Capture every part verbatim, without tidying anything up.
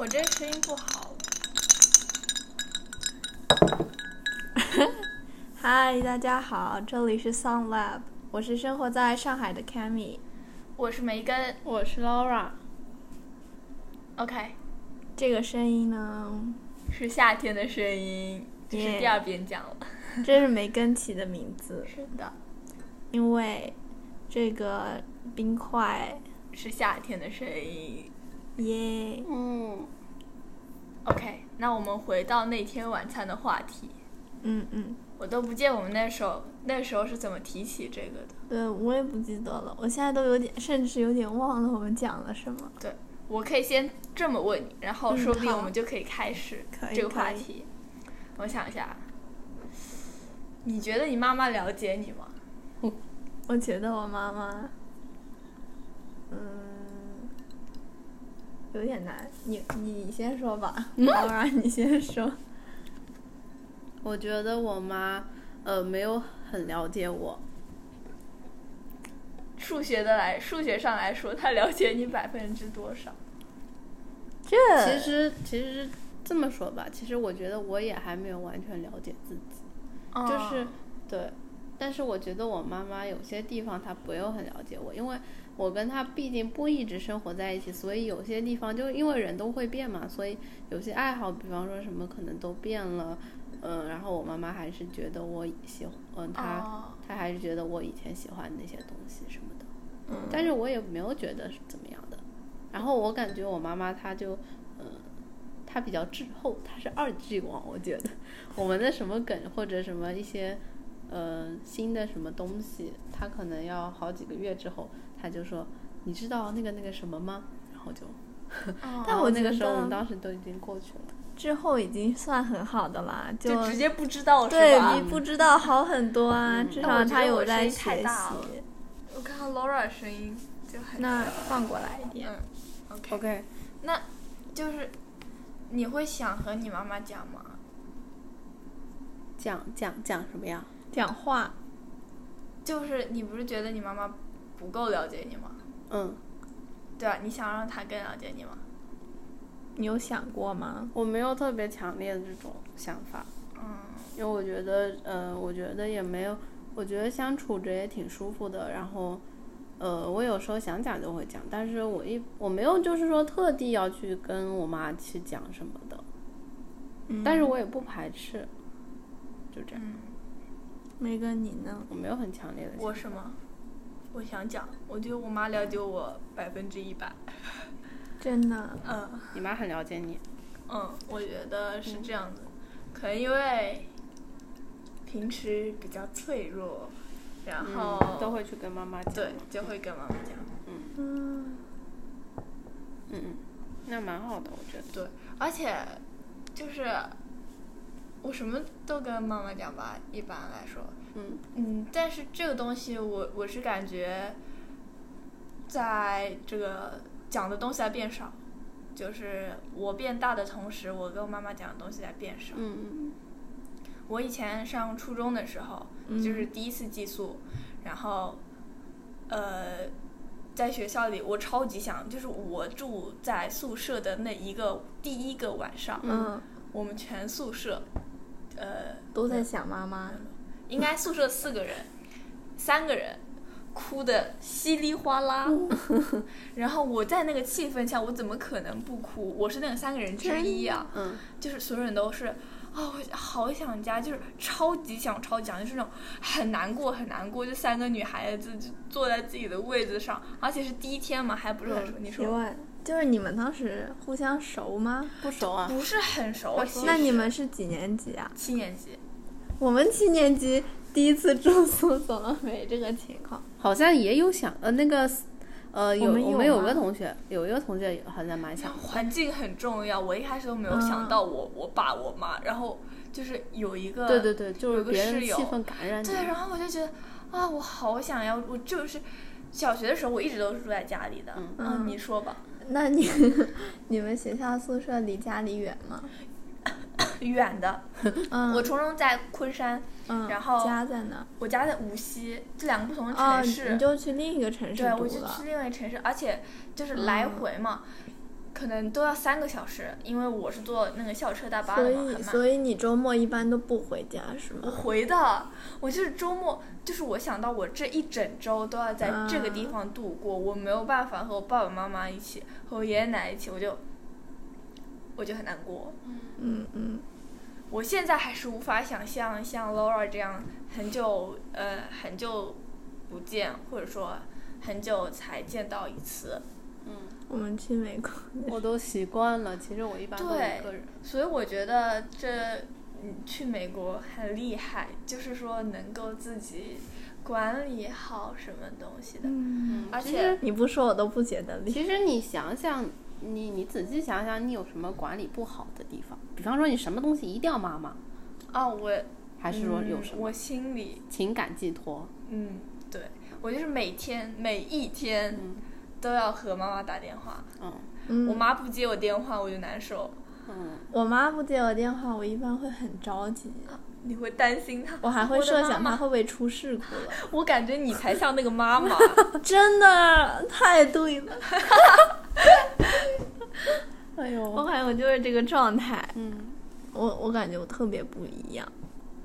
我这声音不好。 嗨，大家好，这里是 Sound Lab， 我是生活在上海的 Cammy， 我是梅根， 我是 Laura。 OK， 这个声音呢是夏天的声音，这是第二遍讲了。 yeah, 这是梅根起的名字。 是的， 因为这个冰块是夏天的声音。 耶、 yeah. 嗯 OK， 那我们回到那天晚餐的话题。 嗯嗯， 我都不记得我们那时候那时候是怎么提起这个的。 对，我也不记得了，我现在都有点甚至有点忘了我们讲了什么。 对，我可以先这么问你，然后说不定我们就可以开始这个话题。嗯、我想一下，你觉得你妈妈了解你吗？ 嗯、我觉得我妈妈嗯有点难，你你先说吧，老让你先说。 我觉得我妈呃没有很了解我。 数学的来数学上来说，她了解你百分之多少？ 这其实其实这么说吧，其实我觉得我也还没有完全了解自己， 哦、 就是对。但是我觉得我妈妈有些地方她不用很了解我，因为我跟她毕竟不一直生活在一起，所以有些地方就因为人都会变嘛，所以有些爱好，比方说什么可能都变了。嗯，然后我妈妈还是觉得我喜欢，嗯，她、oh. 她还是觉得我以前喜欢那些东西什么的， 嗯， 但是我也没有觉得是怎么样的。然后我感觉我妈妈她就，嗯，她比较滞后，她是二 G 网，我觉得我们的什么梗或者什么一些，呃，新的什么东西，她可能要好几个月之后，她就说，你知道那个那个什么吗？然后就， oh. 但我那个时候我们当时都已经过去了。 之后已经算很好的啦， 就, 就直接不知道是吧？ 对，比不知道好很多啊，嗯、至少他有在学习。 我看到 Laura 声音就很那放过来一点。 嗯 ，OK OK， 那就是你会想和你妈妈讲吗？ 讲讲讲什么呀？ 讲话。 就是你不是觉得你妈妈不够了解你吗？ 嗯。 对啊，你想让她更了解你吗？ 你有想过吗？ 我没有特别强烈的这种想法， 嗯， 因为我觉得，呃，我觉得也没有，我觉得相处着也挺舒服的。然后，呃，我有时候想讲就会讲，但是我一我没有就是说特地要去跟我妈去讲什么的， 嗯， 但是我也不排斥，就这样。 嗯， 梅根你呢？ 我没有很强烈的想法。 我什么？我想讲，我觉得我妈了解我百分之一百。 真的， 嗯， 你妈很了解你。 嗯，我觉得是这样子，嗯、可能因为平时比较脆弱，然后、 嗯、都会去跟妈妈讲。 对，就会跟妈妈讲。 嗯嗯嗯嗯，那蛮好的，我觉得。 对，而且就是我什么都跟妈妈讲吧，一般来说。 嗯嗯，但是这个东西我我是感觉，在这个。讲的东西在变少，就是我变大的同时，我跟我妈妈讲的东西在变少。 嗯嗯。 我以前上初中的时候， 嗯、 就是第一次寄宿，然后，呃，在学校里，我超级想，就是我住在宿舍的那一个第一个晚上， 嗯， 我们全宿舍，呃， 都在想妈妈。 应该宿舍四个人，三个人。哭的稀里哗啦，然后我在那个气氛下，我怎么可能不哭？我是那个三个人之一啊， 嗯， 就是所有人都是，哦，好想家，就是超级想超级想，就是那种很难过很难过，就三个女孩子就坐在自己的位子上，而且是第一天嘛，还不是很熟。 嗯、 你说， 就是你们当时互相熟吗？ 不熟啊， 不是很熟。 那你们是几年级啊？ 七年级。 我们七年级。第一次住宿怎么没这个情况？ 好像也有想呃那个呃有我们 有, 我们有个同学有一个同学好像蛮想。 环境很重要，我一开始都没有想到我、嗯、我爸我妈，然后就是有一个对对对，就是别人气氛感染你。 对，然后我就觉得啊，我好想要，我就是小学的时候我一直都是住在家里的。 嗯, 嗯你说吧。 那你你们学校宿舍离家里远吗？ 远的， 嗯， 我初中在昆山， 嗯， 然后家在哪？ 我家在无锡，这两个不同的城市， 哦、你就去另一个城市读了。 对，我就去另一个城市，而且就是来回嘛， 可能都要三个小时，因为我是坐那个校车大巴的嘛，很慢。 所以你周末一般都不回家是吗？ 我回的，我就是周末，就是我想到我这一整周都要在这个地方度过，啊、我没有办法和我爸爸妈妈一起，和我爷爷奶奶一起，我就我就很难过。 嗯嗯。 我现在还是无法想象像 Laura 这样很久呃很久不见，或者说很久才见到一次。 嗯， 我们去美国， 我都习惯了。其实我一般都一个人， 所以我觉得这嗯去美国很厉害，就是说能够自己管理好什么东西的。 嗯， 而且你不说我都不觉得厉害。 其实你想想，你你仔细想想，你有什么管理不好的地方？比方说，你什么东西一定要妈妈？ 哦，我还是说有什么？ 嗯、我心里情感寄托。 嗯，对，我就是每天每一天。嗯都要和妈妈打电话， 嗯， 我妈不接我电话我就难受， 嗯， 我妈不接我电话，我一般会很着急， 你会担心她， 我还会设想她会不会出事故了。 我感觉你才像那个妈妈， 真的太对了，哎呦，我感觉我就是这个状态， 嗯， 我我感觉我特别不一样。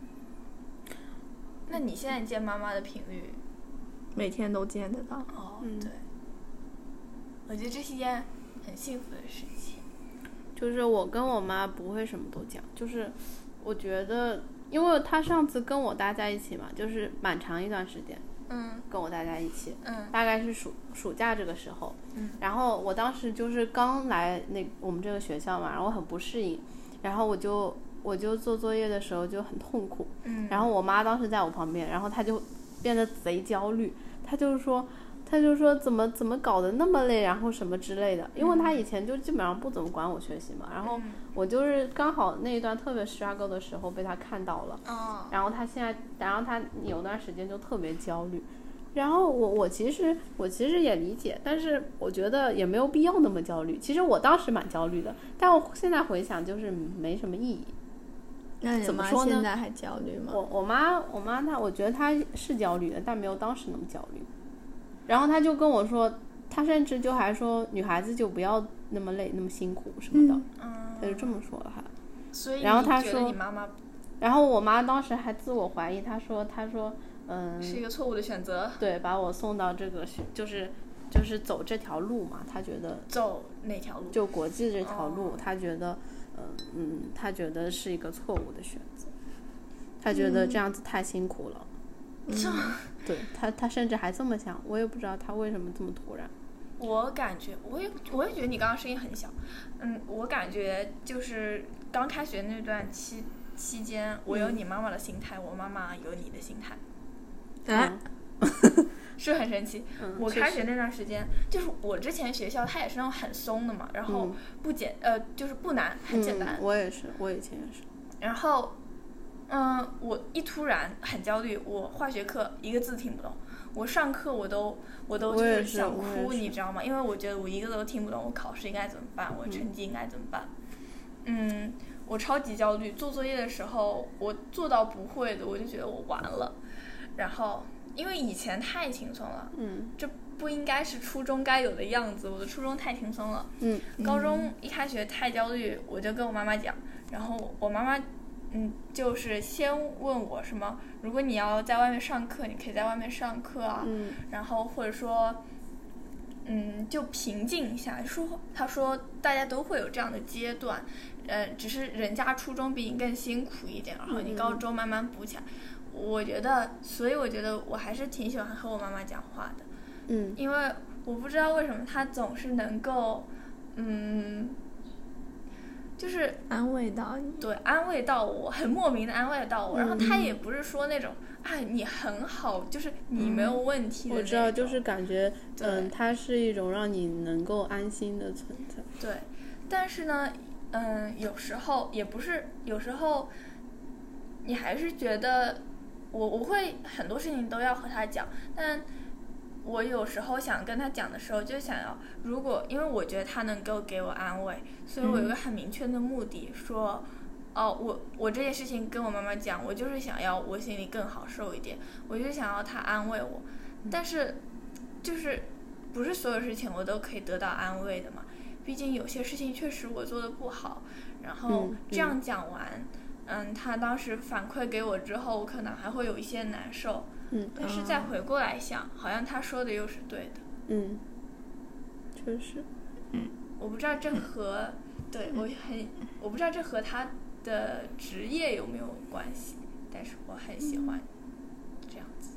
那你现在见妈妈的频率？ 每天都见得到。 哦，嗯、对。我觉得这是一件很幸福的事情。 就是我跟我妈不会什么都讲，就是我觉得，因为她上次跟我待在一起嘛，就是蛮长一段时间， 嗯， 跟我待在一起， 嗯， 大概是暑暑假这个时候， 嗯， 然后我当时就是刚来那我们这个学校嘛，然后我很不适应，然后我就我就做作业的时候就很痛苦， 嗯， 然后我妈当时在我旁边，然后她就变得贼焦虑，她就是说。他就说怎么怎么搞得那么累，然后什么之类的，因为他以前就基本上不怎么管我学习嘛，然后我就是刚好那一段特别 struggle 的时候被他看到了， 哦， 然后他现在，然后他有段时间就特别焦虑，然后我我其实我其实也理解，但是我觉得也没有必要那么焦虑。其实我当时蛮焦虑的，但我现在回想就是没什么意义。 那你妈现在还焦虑吗？ 我我妈我妈她，我觉得她是焦虑的，但没有当时那么焦虑。然后他就跟我说，他甚至就还说女孩子就不要那么累那么辛苦什么的， 嗯， 他就这么说了还。 所以然后他说你妈妈， 然后我妈当时还自我怀疑，她说她说嗯是一个错误的选择， 对，把我送到这个就是就是走这条路嘛，她觉得走哪条路？ 就国际这条路， 哦、 她觉得嗯嗯她觉得是一个错误的选择，她觉得这样子太辛苦了。 嗯对他，他甚至还这么想，我也不知道他为什么这么突然。 我感觉，我也我也觉得你刚刚声音很小，嗯，我感觉就是刚开学那段期期间，我有你妈妈的心态，嗯、我妈妈有你的心态， 哎、 嗯，是很神奇。 嗯、 我开学那段时间，就是我之前学校它也是那种很松的嘛，然后不简、嗯、呃就是不难，很简单。 嗯、我也是，我以前也是。 然后。嗯，我一突然很焦虑，我化学课一个字听不懂，我上课我都我都就是想哭，你知道吗？因为我觉得我一个都听不懂，我考试应该怎么办？我成绩应该怎么办？嗯, 嗯，我超级焦虑。做作业的时候，我做到不会的，我就觉得我完了。然后，因为以前太轻松了， 嗯， 这不应该是初中该有的样子。我的初中太轻松了， 嗯， 高中一开学太焦虑，我就跟我妈妈讲，然后我妈妈。嗯，就是先问我什么，如果你要在外面上课，你可以在外面上课啊， 嗯， 然后或者说，嗯，就平静一下。说他说大家都会有这样的阶段，呃，只是人家初中比你更辛苦一点，然后你高中慢慢补起来。嗯、我觉得，所以我觉得我还是挺喜欢和我妈妈讲话的， 嗯， 因为我不知道为什么她总是能够，嗯。就是安慰到你， 对，安慰到我，很莫名的安慰到我。嗯、然后他也不是说那种，哎，你很好，就是你没有问题的、嗯。 我知道，就是感觉，嗯，它是一种让你能够安心的存在。 对，但是呢，嗯，有时候也不是，有时候你还是觉得，我我会很多事情都要和他讲，但。我有时候想跟他讲的时候，就想要，如果因为我觉得他能够给我安慰，所以我有一个很明确的目的，嗯、说，哦，我我这件事情跟我妈妈讲，我就是想要我心里更好受一点，我就想要他安慰我，但是，就是不是所有事情我都可以得到安慰的嘛。 毕竟有些事情确实我做的不好，然后这样讲完，嗯, 嗯他当时反馈给我之后，我可能还会有一些难受， 嗯， 但是再回过来想，好像他说的又是对的， 嗯，确实， 嗯， 我不知道这和、嗯、对我很我不知道这和他的职业有没有关系，但是我很喜欢这样子。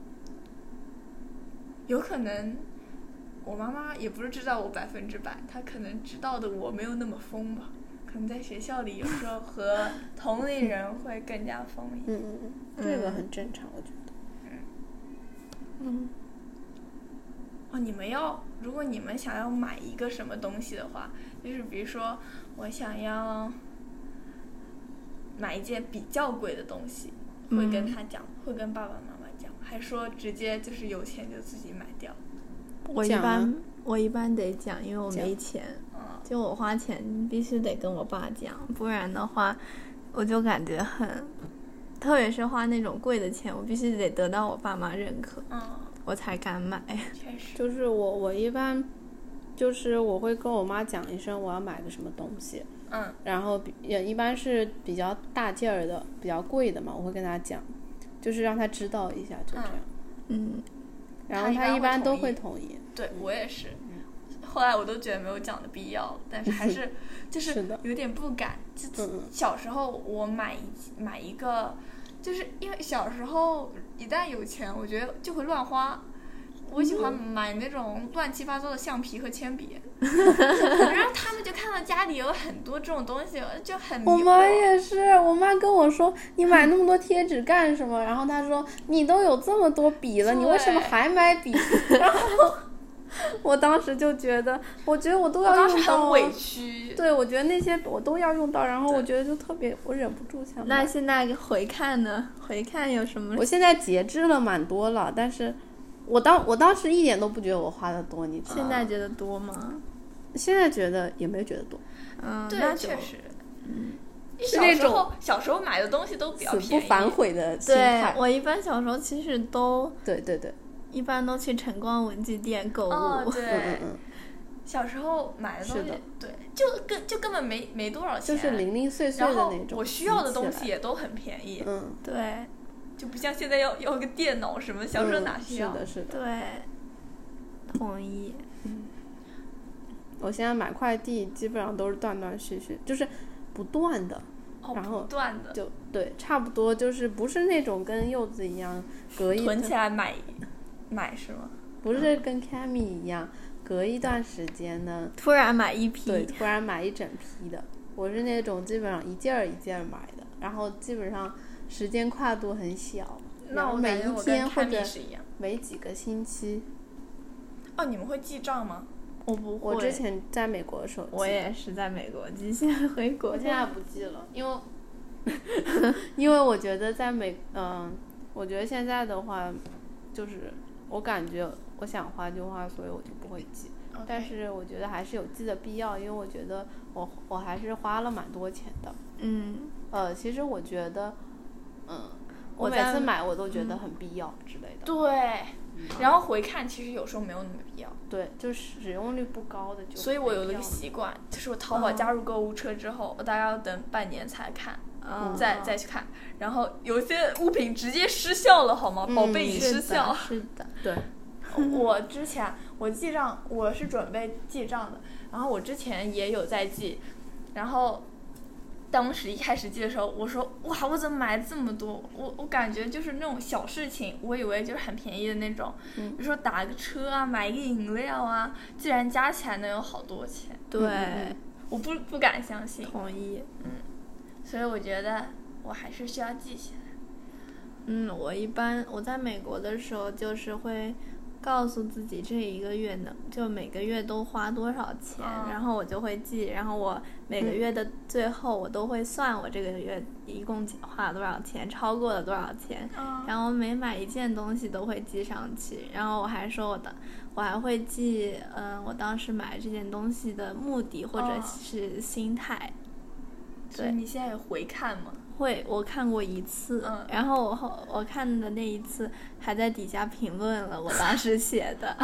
有可能我妈妈也不是知道我百分之百，她可能知道的我没有那么疯吧，可能在学校里有时候和同龄人会更加疯一点。 嗯嗯嗯，这个很正常，我觉得。 嗯嗯。哦，你们要如果你们想要买一个什么东西的话，就是比如说我想要买一件比较贵的东西，会跟他讲、嗯、会跟爸爸妈妈讲，还说直接就是有钱就自己买掉？ 我一般我一般得讲，因为我没钱、嗯、就我花钱必须得跟我爸讲，不然的话我就感觉很，特别是花那种贵的钱，我必须得得到我爸妈认可、嗯、我才敢买。 确实， 就是我我一般就是我会跟我妈讲一声我要买个什么东西， 嗯， 然后也一般是比较大件儿的比较贵的嘛，我会跟她讲，就是让她知道一下，就这样。 嗯， 然后她一般都会同意。 对，我也是、嗯、后来我都觉得没有讲的必要，但是还是就是有点不敢。 嗯、 小时候我买一买一个，就是因为小时候一旦有钱我觉得就会乱花，我喜欢买那种乱七八糟的橡皮和铅笔然后他们就看到家里有很多这种东西就很迷惑。 我妈也是，我妈跟我说你买那么多贴纸干什么然后她说你都有这么多笔了，你为什么还买笔然后我当时就觉得我觉得我都要用到， 我当时很委屈， 对，我觉得那些我都要用到，然后我觉得就特别我忍不住想买。 那现在回看呢？回看有什么？ 我现在节制了蛮多了，但是我当我当时一点都不觉得我花的多，你知道吗？ 现在觉得多吗？ 现在觉得也没觉得多。 嗯， 对， 那确实。 嗯， 是那种小时候买的东西都比较便宜， 死不反悔的心态。 对，我一般小时候其实都对对对， 一般都去晨光文具店购物。 哦，对， 嗯嗯嗯。 小时候买的东西，对，就根就根本没没多少钱， 就是零零碎碎的那种。 然后我需要的东西也都很便宜。 嗯， 对。 就不像现在要要个电脑什么，小时候哪需要？ 嗯、是的，是的。 对，同意。 嗯。我现在买快递基本上都是断断续续，就是不断的， 哦、 然后不断的就对，差不多就是不是那种跟柚子一样隔一囤起来买买是吗？ 不是跟 Cammy 一样、嗯、隔一段时间呢突然买一批， 对，突然买一整批的。我是那种基本上一件儿一件儿买的，然后基本上时间跨度很小， 那我每一天或者每几个星期。 哦，你们会记账吗？ 我不会。 我之前在美国的时候记， 我也是在美国记，现在回国我现在不记了，因为因为我觉得在美嗯、呃，我觉得现在的话就是我感觉我想花就花，所以我就不会记。 Okay. 但是我觉得还是有记的必要，因为我觉得我我还是花了蛮多钱的。 嗯， 呃，其实我觉得，嗯，我每次买我都觉得很必要之类的。 对、嗯，然后回看其实有时候没有那么必要。 对，就使用率不高的就。 所以我有了一个习惯，就是我淘宝加入购物车之后，嗯、我大概要等半年才看，嗯、再再去看。然后有些物品直接失效了，好吗？ 嗯、 宝贝已失效。 是的，是的对。 我之前我记账，我是准备记账的，然后我之前也有在记，然后当时一开始记的时候，我说哇，我怎么买这么多？我我感觉就是那种小事情，我以为就是很便宜的那种， 嗯、 比如说打个车啊，买一个饮料啊，竟然加起来能有好多钱。 对， 嗯、我不不敢相信。 同意。 嗯，所以我觉得我还是需要记起来。 嗯，我一般我在美国的时候就是会告诉自己这一个月能就每个月都花多少钱、哦、然后我就会记，然后我每个月的最后我都会算我这个月一共花了多少钱，超过了多少钱、 哦、 然后每买一件东西都会记上去，然后我还说我的我还会记嗯、呃，我当时买这件东西的目的或者是心态、 哦、对，所以你现在有回看吗？ 会，我看过一次、 嗯、 然后我后我看的那一次还在底下评论了我当时写的啊，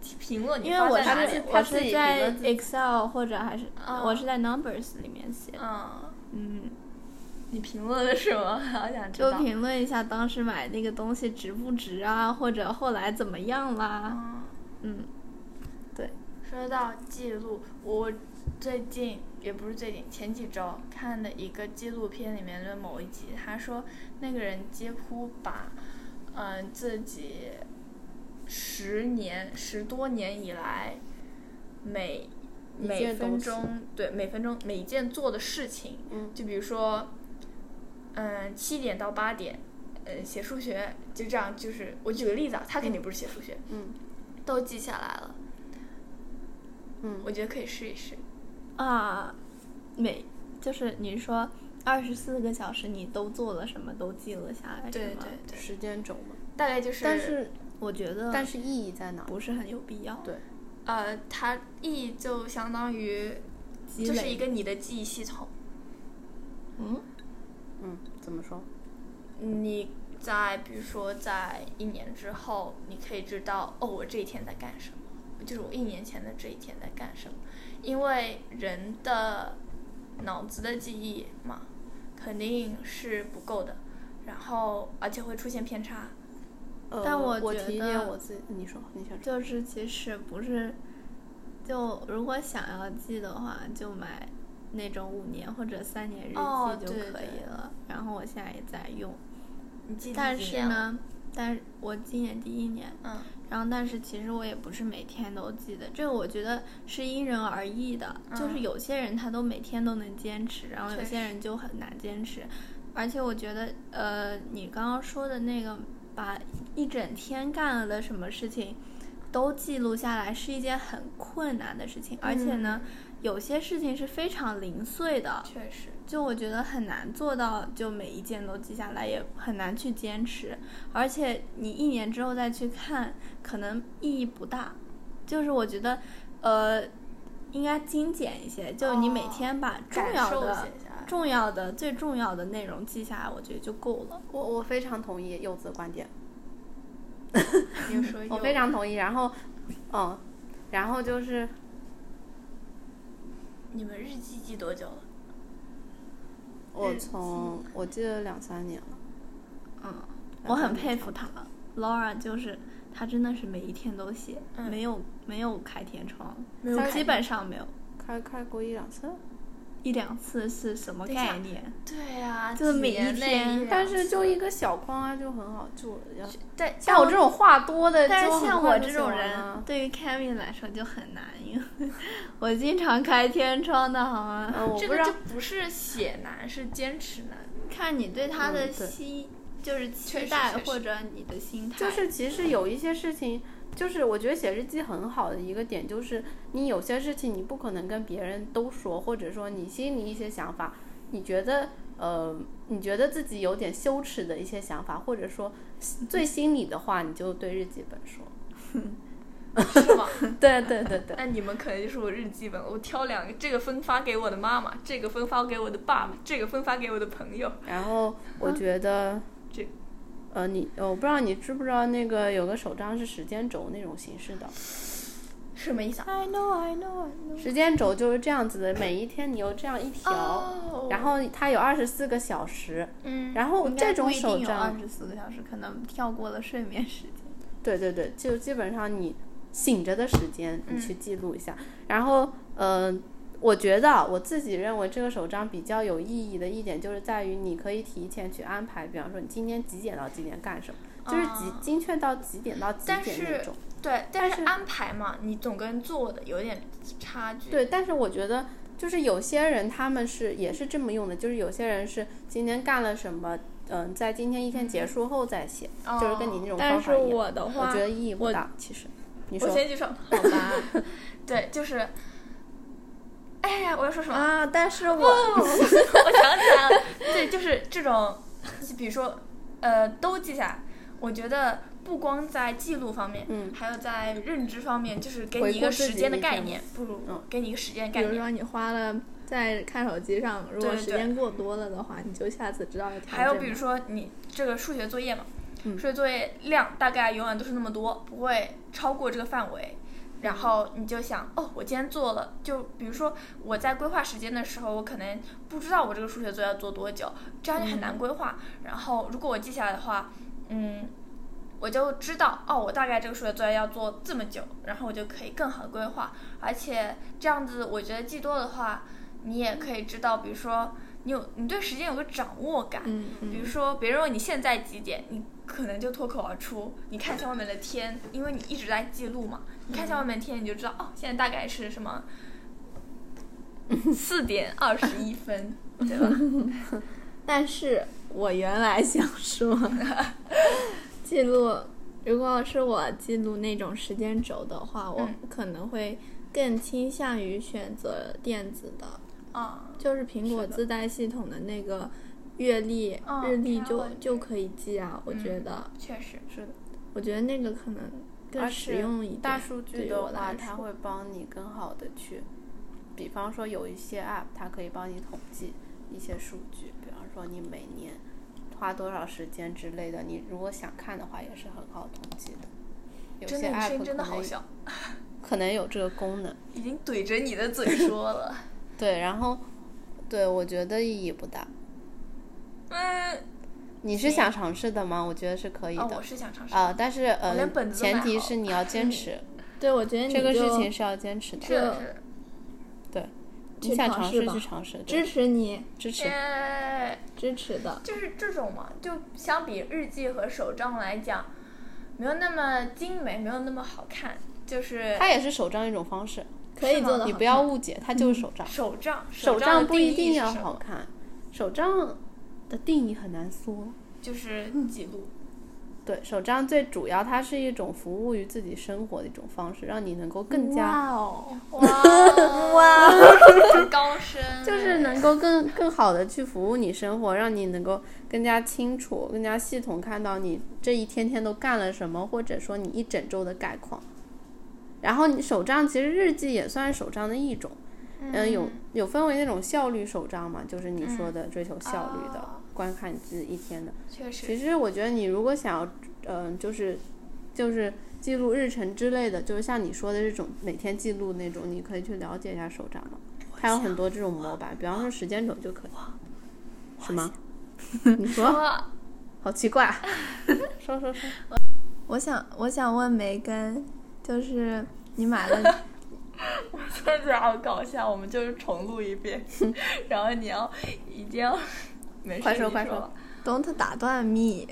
评论你因为我发在哪里是他自己我是在评论自己 Excel 或者还是、 嗯我是在 Numbers 里面写。 嗯， 嗯， 你评论了什么？好想知道。 就评论一下当时买那个东西值不值啊，或者后来怎么样啦。 嗯， 嗯，对。 说到记录，我最近也不是最近，前几周看的一个纪录片里面的某一集，他说那个人几乎把嗯、呃、自己十年十多年以来每每分钟对每分钟每一件做的事情， 嗯， 就比如说嗯七点到八点呃写数学，就这样，就是我举个例子啊，他肯定不是写数学， 嗯， 都记下来了。 嗯， 我觉得可以试一试。 啊，每就是你说二十四个小时你都做了什么，都记录下来， 对是吗？ 对对， 时间轴嘛。 大概就是， 但是我觉得， 但是意义在哪？ 不是很有必要。 对， 呃，它意义就相当于， 积累就是一个你的记忆系统。 嗯嗯，怎么说？ 你在比如说在一年之后，你可以知道哦，我这一天在干什么，就是我一年前的这一天在干什么，因为人的脑子的记忆嘛，肯定是不够的，然后而且会出现偏差。 呃、 但我我觉提一点得我自己，你说，你先说。 就是其实不是，就如果想要记的话，就买那种五年或者三年日哦记就可对对以了。然后我现在也在用， 你记但第几年了？ 是呢，但是我今年第一年， 嗯， 然后但是其实我也不是每天都记得，这个我觉得是因人而异的， 嗯就是有些人他都每天都能坚持，然后有确实些人就很难坚持。而且我觉得，呃，你刚刚说的那个把一整天干了的什么事情都记录下来是一件很困难的事情，而且呢，有些事情是非常零碎的， 确实， 就我觉得很难做到，就每一件都记下来，也很难去坚持。而且你一年之后再去看，可能意义不大。就是我觉得，呃，应该精简一些，就你每天把重要的、 感受写下来重要的、最重要的内容记下来，我觉得就够了。 我我非常同意柚子的观点， 你说我非常同意。然后，嗯，然后就是你们日记记多久了？ 我从我记得两三年了。 嗯，我很佩服他，Laura 就是她真的是每一天都写， 嗯没有没有开天窗， 没有开基本上没有。 开开过一两次， 一两次是什么等一下概念？ 对啊， 就是每一几年内天两但是次就一个小框啊，就很好，就要对， 像我这种话多的， 但就是很像我这种快就写完人了， 对于 Kevin 来说就很难，因为我经常开天窗的好吗？ 呃，我不知道这个就不是写难，是坚持难。 看你对他的嗯对期，就是确实期待确实或者你的心态， 就是其实有一些事情，就是我觉得写日记很好的一个点，就是你有些事情你不可能跟别人都说，或者说你心里一些想法，你觉得呃，你觉得自己有点羞耻的一些想法，或者说最心里的话，你就对日记本说。 是吗？ 对对对对， 那你们可能就是我日记本，我挑两个，这个分发给我的妈妈，这个分发给我的爸爸，这个分发给我的朋友。 然后我觉得这， 呃，你我不知道你知不知道那个有个手账是时间轴那种形式的。 什么意思啊？ I know I know I know。 时间轴就是这样子的，每一天你有这样一条， 哦然后它有二十四个小时， 嗯， 然后应该这种不一定有手账二，十四个小时，可能跳过了睡眠时间。 对对对，就基本上你醒着的时间你嗯去记录一下，然后呃，我觉得我自己认为这个手账比较有意义的一点就是在于你可以提前去安排，比方说你今天几点到几点干什么，就是几哦精确到几点到几但是点那种。 对，但但是是安排嘛，你总跟做的有点差距。 对，但是我觉得就是有些人他们是也是这么用的，就是有些人是今天干了什么，嗯、在今天一天结束后再写， 哦就是跟你那种但是方法一样。 我的话， 我觉得意义不我大，其实。你我说， 先举手。 好吧对，就是，哎呀，我要说什么？ 啊，但是我我想起来了，对，就是这种，比如说，呃，都记下来。我觉得不光在记录方面， 嗯还有在认知方面，就是给你一回顾自己个时间的一天概念，不如嗯给你一个时间的概念。 比如说你花了在看手机上，如果对对时间过多了的话，你就下次知道要调整。 还有比如说你这个数学作业嘛， 嗯数学作业量大概永远都是那么多，不会超过这个范围。 然后你就想，哦，我今天做了，就比如说我在规划时间的时候，我可能不知道我这个数学作业要做多久，这样就很难规划。嗯、然后如果我记下来的话，嗯，我就知道，哦，我大概这个数学作业要做这么久，然后我就可以更好的规划。而且这样子，我觉得记多的话，你也可以知道，比如说你有你对时间有个掌握感， 嗯嗯、 比如说别人问你现在几点，你可能就脱口而出，你看一下外面的天，因为你一直在记录嘛，你看一下外面的天，你就知道哦，现在大概是什么四点二十一分，对吧？ 但是我原来想说，记录，如果是我记录那种时间轴的话，我可能会更倾向于选择电子的， 啊、 嗯，就是苹果自带系统的那个月历、 嗯、 日历就就可以记啊，我觉得、 嗯、确实是的， 我觉得那个可能更实用一点。 大数据的话，它会帮你更好的去，比方说有一些 app 它可以帮你统计一些数据，比方说你每年花多少时间之类的，你如果想看的话也是很好统计的。有些 app 真的好小， 可能有这个功能， 已经怼着你的嘴说了。 对，然后对我觉得意义不大。 嗯， 你是想尝试的吗？我觉得是可以的。 哦、我是想尝试啊、呃，但是呃， 连本子前提是你要坚持。 对，我觉得你这个事情是要坚持的。 是。 对，你想尝试去尝试， 支持你， 支持， 支持的。 就是这种嘛，就相比日记和手账来讲，没有那么精美，没有那么好看。就是它也是手账一种方式， 可以做的。 你不要误解，它就是手账。 嗯、手账， 手账不一定要好看，手账的定义很难说， 就是记录。 对，手账最主要，它是一种服务于自己生活的一种方式，让你能够更加哇哦哇哇，很高深， 就是能够更更好的去服务你生活，让你能够更加清楚、更加系统看到你这一天天都干了什么，或者说你一整周的概况。然后你手账其实日记也算是手账的一种，嗯、呃，有有分为那种效率手账嘛，就是你说的追求效率的。 嗯观看自己一天的， 确实。 其实我觉得你如果想要，嗯、呃，就是，就是记录日程之类的，就是像你说的这种每天记录那种，你可以去了解一下手账嘛。它有很多这种模板，比方说时间轴就可以。什么？你说？好奇怪。说说说。 我想，我想问梅根，就是你买了。 我现在觉得好搞笑，我们就是重录一遍，然后你要一定要。 快说快说 ，Don't 打断 me。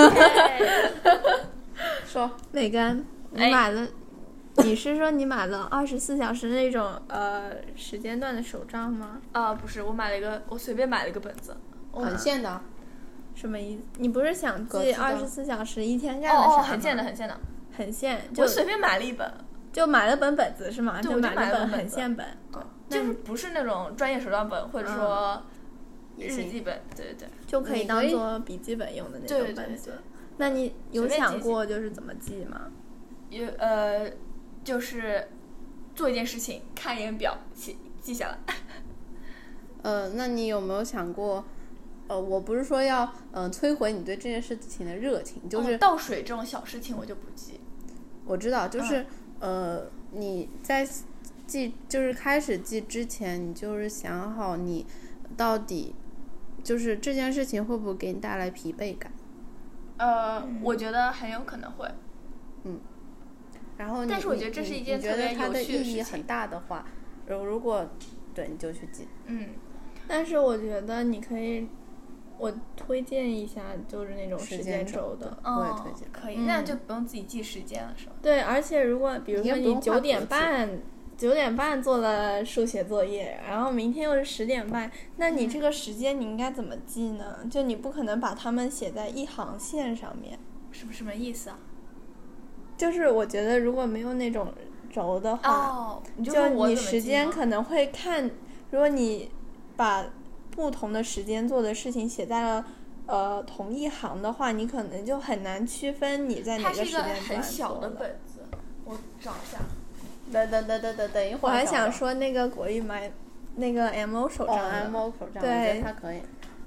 OK 说， 梅根，你买了？哎、你是说你买了二十四小时那种呃时间段的手账吗？ 啊、呃，不是，我买了一个，我随便买了一个本子， 横线的。 什么意思？你不是想记二十四小时一天干的啥吗？ 哦哦，横线的，横线的， 横线。就我随便买了一本， 就买了本本子是吗？ 对， 就买了本横线本。 对，就是不是那种专业手账本，或者说。 嗯日记本，对对对， 就可以当做笔记本用的那种本子。 对对对。 那你有想过就是怎么记吗？ 有呃，就是做一件事情，看一眼表，记记下来。 呃，那你有没有想过？呃，我不是说要嗯、呃、摧毁你对这件事情的热情，就是、 哦、倒水这种小事情我就不记。 我知道，就是、嗯、呃你在记就是开始记之前，你就是想好你到底。就是这件事情会不会给你带来疲惫感？ 呃，嗯、我觉得很有可能会。 嗯。然后你， 但是我觉得这是一件特别有趣的事情。 你觉得它的意义很大的话，如如果对你就去记。 嗯。 但是我觉得你可以，我推荐一下，就是那种时间轴的。 我也推荐。 可以、嗯，那就不用自己记时间了，是吧？ 对，而且如果比如说你九点半。九点半做了数学作业，然后明天又是十点半，那你这个时间你应该怎么记呢？嗯、就你不可能把它们写在一行线上面， 什么什么意思啊？ 就是我觉得如果没有那种轴的话， 哦、你就, 就你时间可能会看，如果你把不同的时间做的事情写在了呃同一行的话，你可能就很难区分你在哪个时间段做的。 它是一个很小的本子，我找一下。 等等等等等等一会儿， 我还想说那个国语买那个 M O 手账、 哦、M O 手账， 对， 我觉得它可以。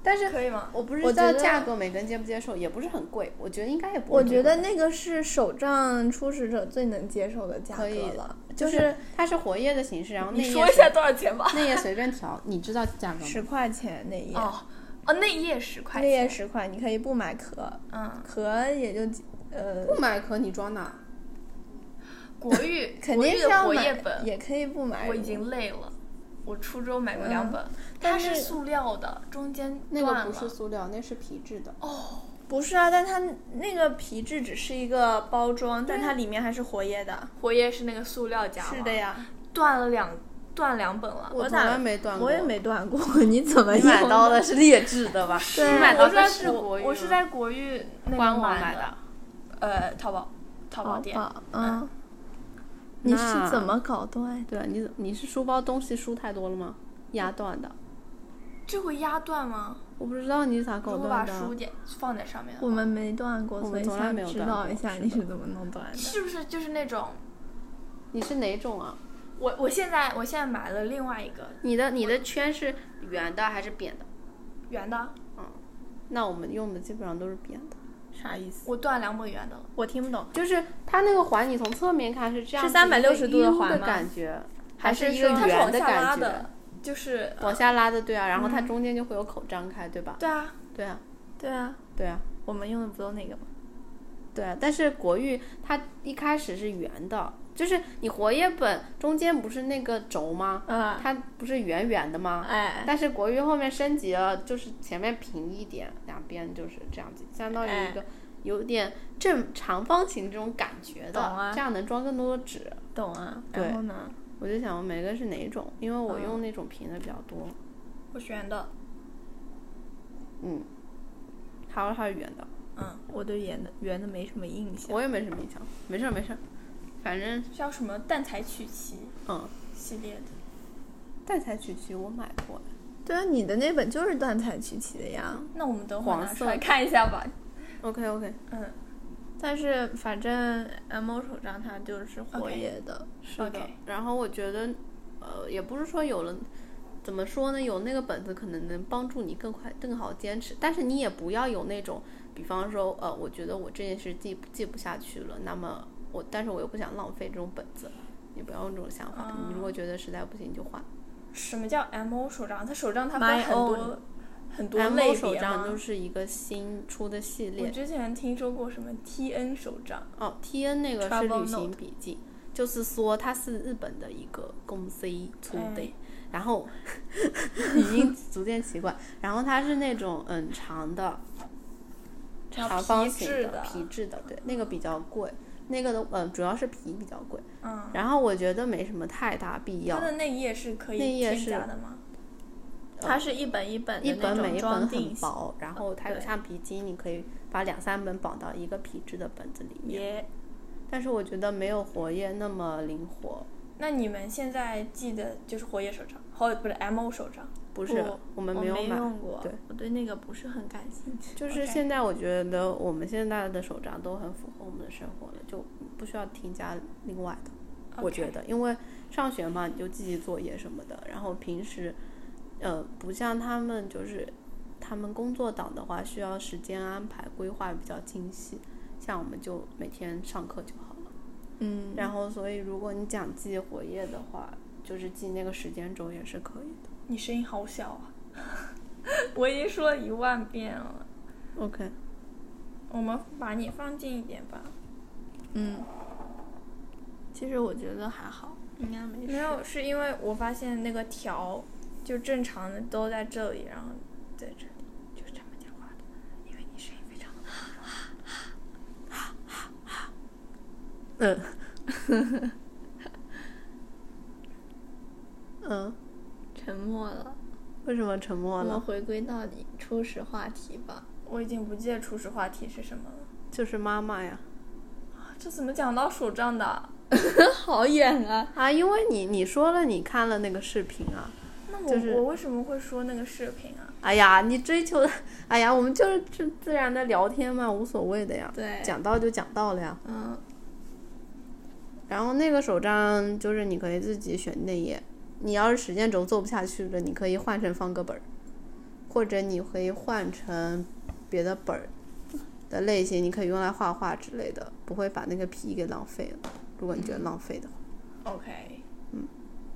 但是可以吗？ 我不知我觉得道价格每个人接不接受，也不是很贵，我觉得应该也不会我很贵。 觉得那个是手账初始者最能接受的价格可以了， 就就是它是活页的形式，然后内页你说一下多少钱吧。 内页随便调，你知道价格吗？ 十块钱那页， 哦哦，内页十块钱， 内页十块，你可以不买壳， 嗯， 壳也就几呃， 不买壳你装哪？ 国语肯国语的定是要买活页本， 也可以不买。 我已经累了。我初中买过两本， 嗯它但是是塑料的，中间那个不断了。 是塑料，那是皮质的。 哦， 不是啊，但它那个皮质只是一个包装，但它里面还是活页的。 活页是那个塑料夹吗？ 是的呀， 断了两断两本了。 我从打来没断过， 我也没断过。你怎么你买用到的是劣质的吧？ 对你买到的我是在是国语吗， 我是在国语那个官网买买的。 呃，淘宝淘宝店。 宝嗯，你是怎么搞断？ 对，你你是书包东西书太多了吗？压断的。 这会压断吗？ 我不知道你咋搞如果把断的。 书点放在上面的话， 我们没断过， 我所以们从来没有想知断过道一下是的你是怎么弄断的。 是不是就是那种？ 你是哪种啊？ 我我现在我现在买了另外一个你的你的圈是圆的还是扁的？ 圆的， 那我们用的基本上都是扁的。 啥意思？ 我断两本圆的了。 我听不懂。 就是它那个环，你从侧面看是这样是子三百六十度一个 U 的的环吗感觉， 还是是一个说它是圆往下拉感觉的，，就是往下拉的，对啊，然后它中间就会有口张开，对吧？ 对啊， 对啊， 对啊， 对啊， 我们用的不都那个吗？ 对啊。但是国语它一开始是圆的，就是你活页本中间不是那个轴吗？ 嗯， 它不是圆圆的吗？ 哎， 但是国语后面升级了，就是前面平一点，两边就是这样子，相当于一个有点正长方形这种感觉的， 懂啊这样能装更多的纸。 懂啊。 对然后呢？ 我就想问每个是哪种，因为我用那种平的比较多。 我是圆的。 嗯，还有它是圆的， 嗯，我对圆的圆的没什么印象。 我也没什么印象，没事儿没事儿，反正叫什么蛋才曲奇嗯， 系列的。 蛋才曲奇我买过， 对啊，你的那本就是断彩曲奇的呀。 那我们等会儿黄色拿出来看一下吧。 OK OK， 嗯， 但是反正 M O 手账它就是活页的。 是的。 OK 然后我觉得，呃，也不是说有了。怎么说呢？有那个本子可能能帮助你更快、更好坚持，但是你也不要有那种，比方说，呃，我觉得我这件事记记不下去了，那么我，但是我又不想浪费这种本子，你不要用这种想法。 嗯你如果觉得实在不行，你就换。 什么叫 M O 手账？它手账它分 My 很多 own 很多 M 类 O 别手账吗就是一个新出的系我列。 之前听说过什么 T N 手账。 哦 ，T N 那个是 Travel 旅行 Note 笔记，就是说它是日本的一个公司出的。 哎然后已经逐渐习惯，然后它是那种嗯长的， 然后长方皮形的质的皮质的，对，那个比较贵，那个的嗯主要是皮比较贵， 嗯， 然后我觉得没什么太大必要它，的内页是可以添内页是加的吗？ 它是一本一本的一本那种每一本很装订薄，然后它有对橡皮筋，你可以把两三本绑到一个皮质的本子里面， 也但是我觉得没有活页那么灵活， 那你们现在记的就是活页手账，或不是 M O 手账？ 不是不我们我没有买， 用过， 对。 我对那个不是很感兴趣。 就是 OK 现在，我觉得我们现在的手账都很符合我们的生活了，就不需要添加另外的。我觉得，因为上学嘛，你就记记作业什么的，然后平时，呃，不像他们就是他们工作党的话，需要时间安排规划比较精细，像我们就每天上课就好了。 嗯， 然后，所以如果你讲记活页的话，就是记那个时间轴也是可以的。 你声音好小啊！我已经说了一万遍了。 OK， 我们把你放近一点吧。 嗯，其实我觉得还好，应该没事。 没有，是因为我发现那个条就正常的都在这里，然后在这里就是这么讲话的，因为你声音非常的嗯，嗯， 沉默了。 为什么沉默我们了？ 回归到你初始话题吧。 我已经不记得初始话题是什么了。 就是妈妈呀。 这怎么讲到手账的？ 好远啊！ 啊，因为你你说了你看了那个视频啊， 那我、 就是我为什么会说那个视频啊？ 哎呀，你追求的，哎呀，我们就是自自然的聊天嘛，无所谓的呀。 对讲到就讲到了呀。 嗯， 然后那个手账就是你可以自己选内页，你要是时间轴做不下去了，你可以换成方格本儿， 或者你可以换成别的本儿的类型，你可以用来画画之类的，不会把那个皮给浪费了。如果你觉得浪费的话。 OK。 嗯。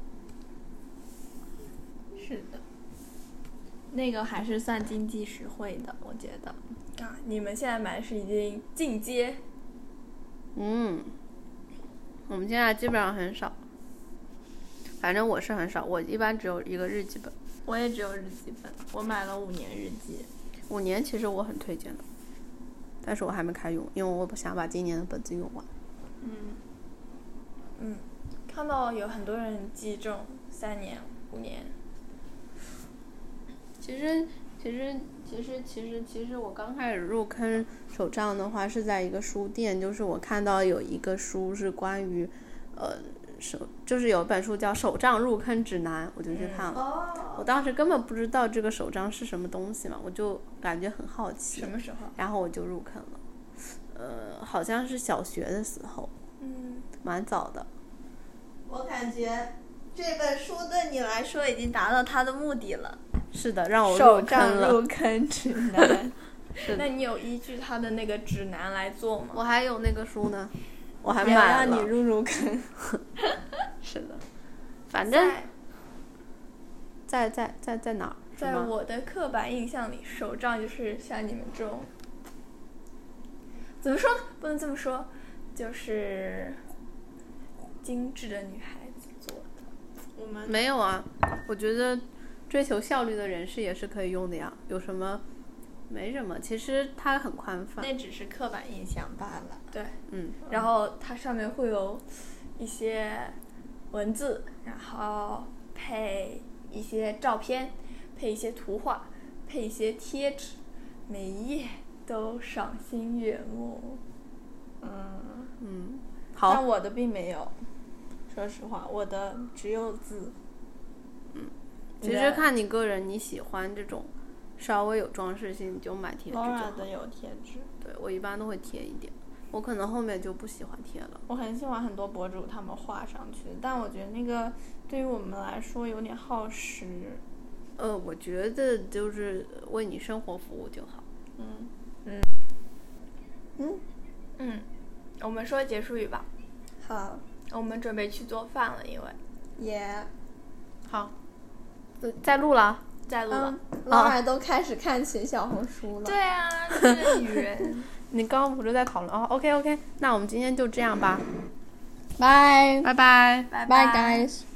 是的。那个还是算经济实惠的，我觉得。 啊，你们现在买的是已经进阶。 嗯。我们现在基本上很少，反正我是很少，我一般只有一个日记本。 我也只有日记本，我买了五年日记。 五年其实我很推荐的，但是我还没开用，因为我不想把今年的本子用完。 嗯嗯，看到有很多人记这种三年、五年。 其实，其实，其实，其实，其实我刚开始入坑手账的话，是在一个书店，就是我看到有一个书是关于，呃。手就是有一本书叫《手账入坑指南》，我就去看了。 嗯哦、 我当时根本不知道这个手账是什么东西嘛，我就感觉很好奇。 什么时候？ 然后我就入坑了。呃，好像是小学的时候。 嗯， 蛮早的。 我感觉这本书对你来说已经达到它的目的了。 是的，让我入坑了。 手账入坑指南。 那你有依据它的那个指南来做吗？ 我还有那个书呢。我还买了， 让你入入坑。 是的，反正在在在在哪儿？ 在我的刻板印象里，手账就是像你们这种，怎么说呢？不能这么说，就是精致的女孩子做的。 我们没有啊，我觉得追求效率的人士也是可以用的呀。有什么？没什么，其实它很宽泛。 那只是刻板印象罢了。 对， 嗯。 然后它上面会有一些文字，然后配一些照片，配一些图画，配一些贴纸，每一页都赏心悦目。 嗯嗯，好。 但我的并没有，说实话，我的只有字。 嗯，其实看你个人，你喜欢这种。稍微有装饰性你就买贴纸就好。 当然的有贴纸。 对，我一般都会贴一点，我可能后面就不喜欢贴了。 我很喜欢很多博主他们画上去，但我觉得那个对于我们来说有点耗时。 呃，我觉得就是为你生活服务就好。 嗯嗯嗯嗯，我们说结束语吧。 好， 我们准备去做饭了，因为。 也、 yeah. 好。再录了。 在录了， 老二都开始看起小红书了。 对啊，这个女人。 你刚刚不是在讨论哦 ？OK OK， 那我们今天就这样吧。 拜拜拜拜拜 guys。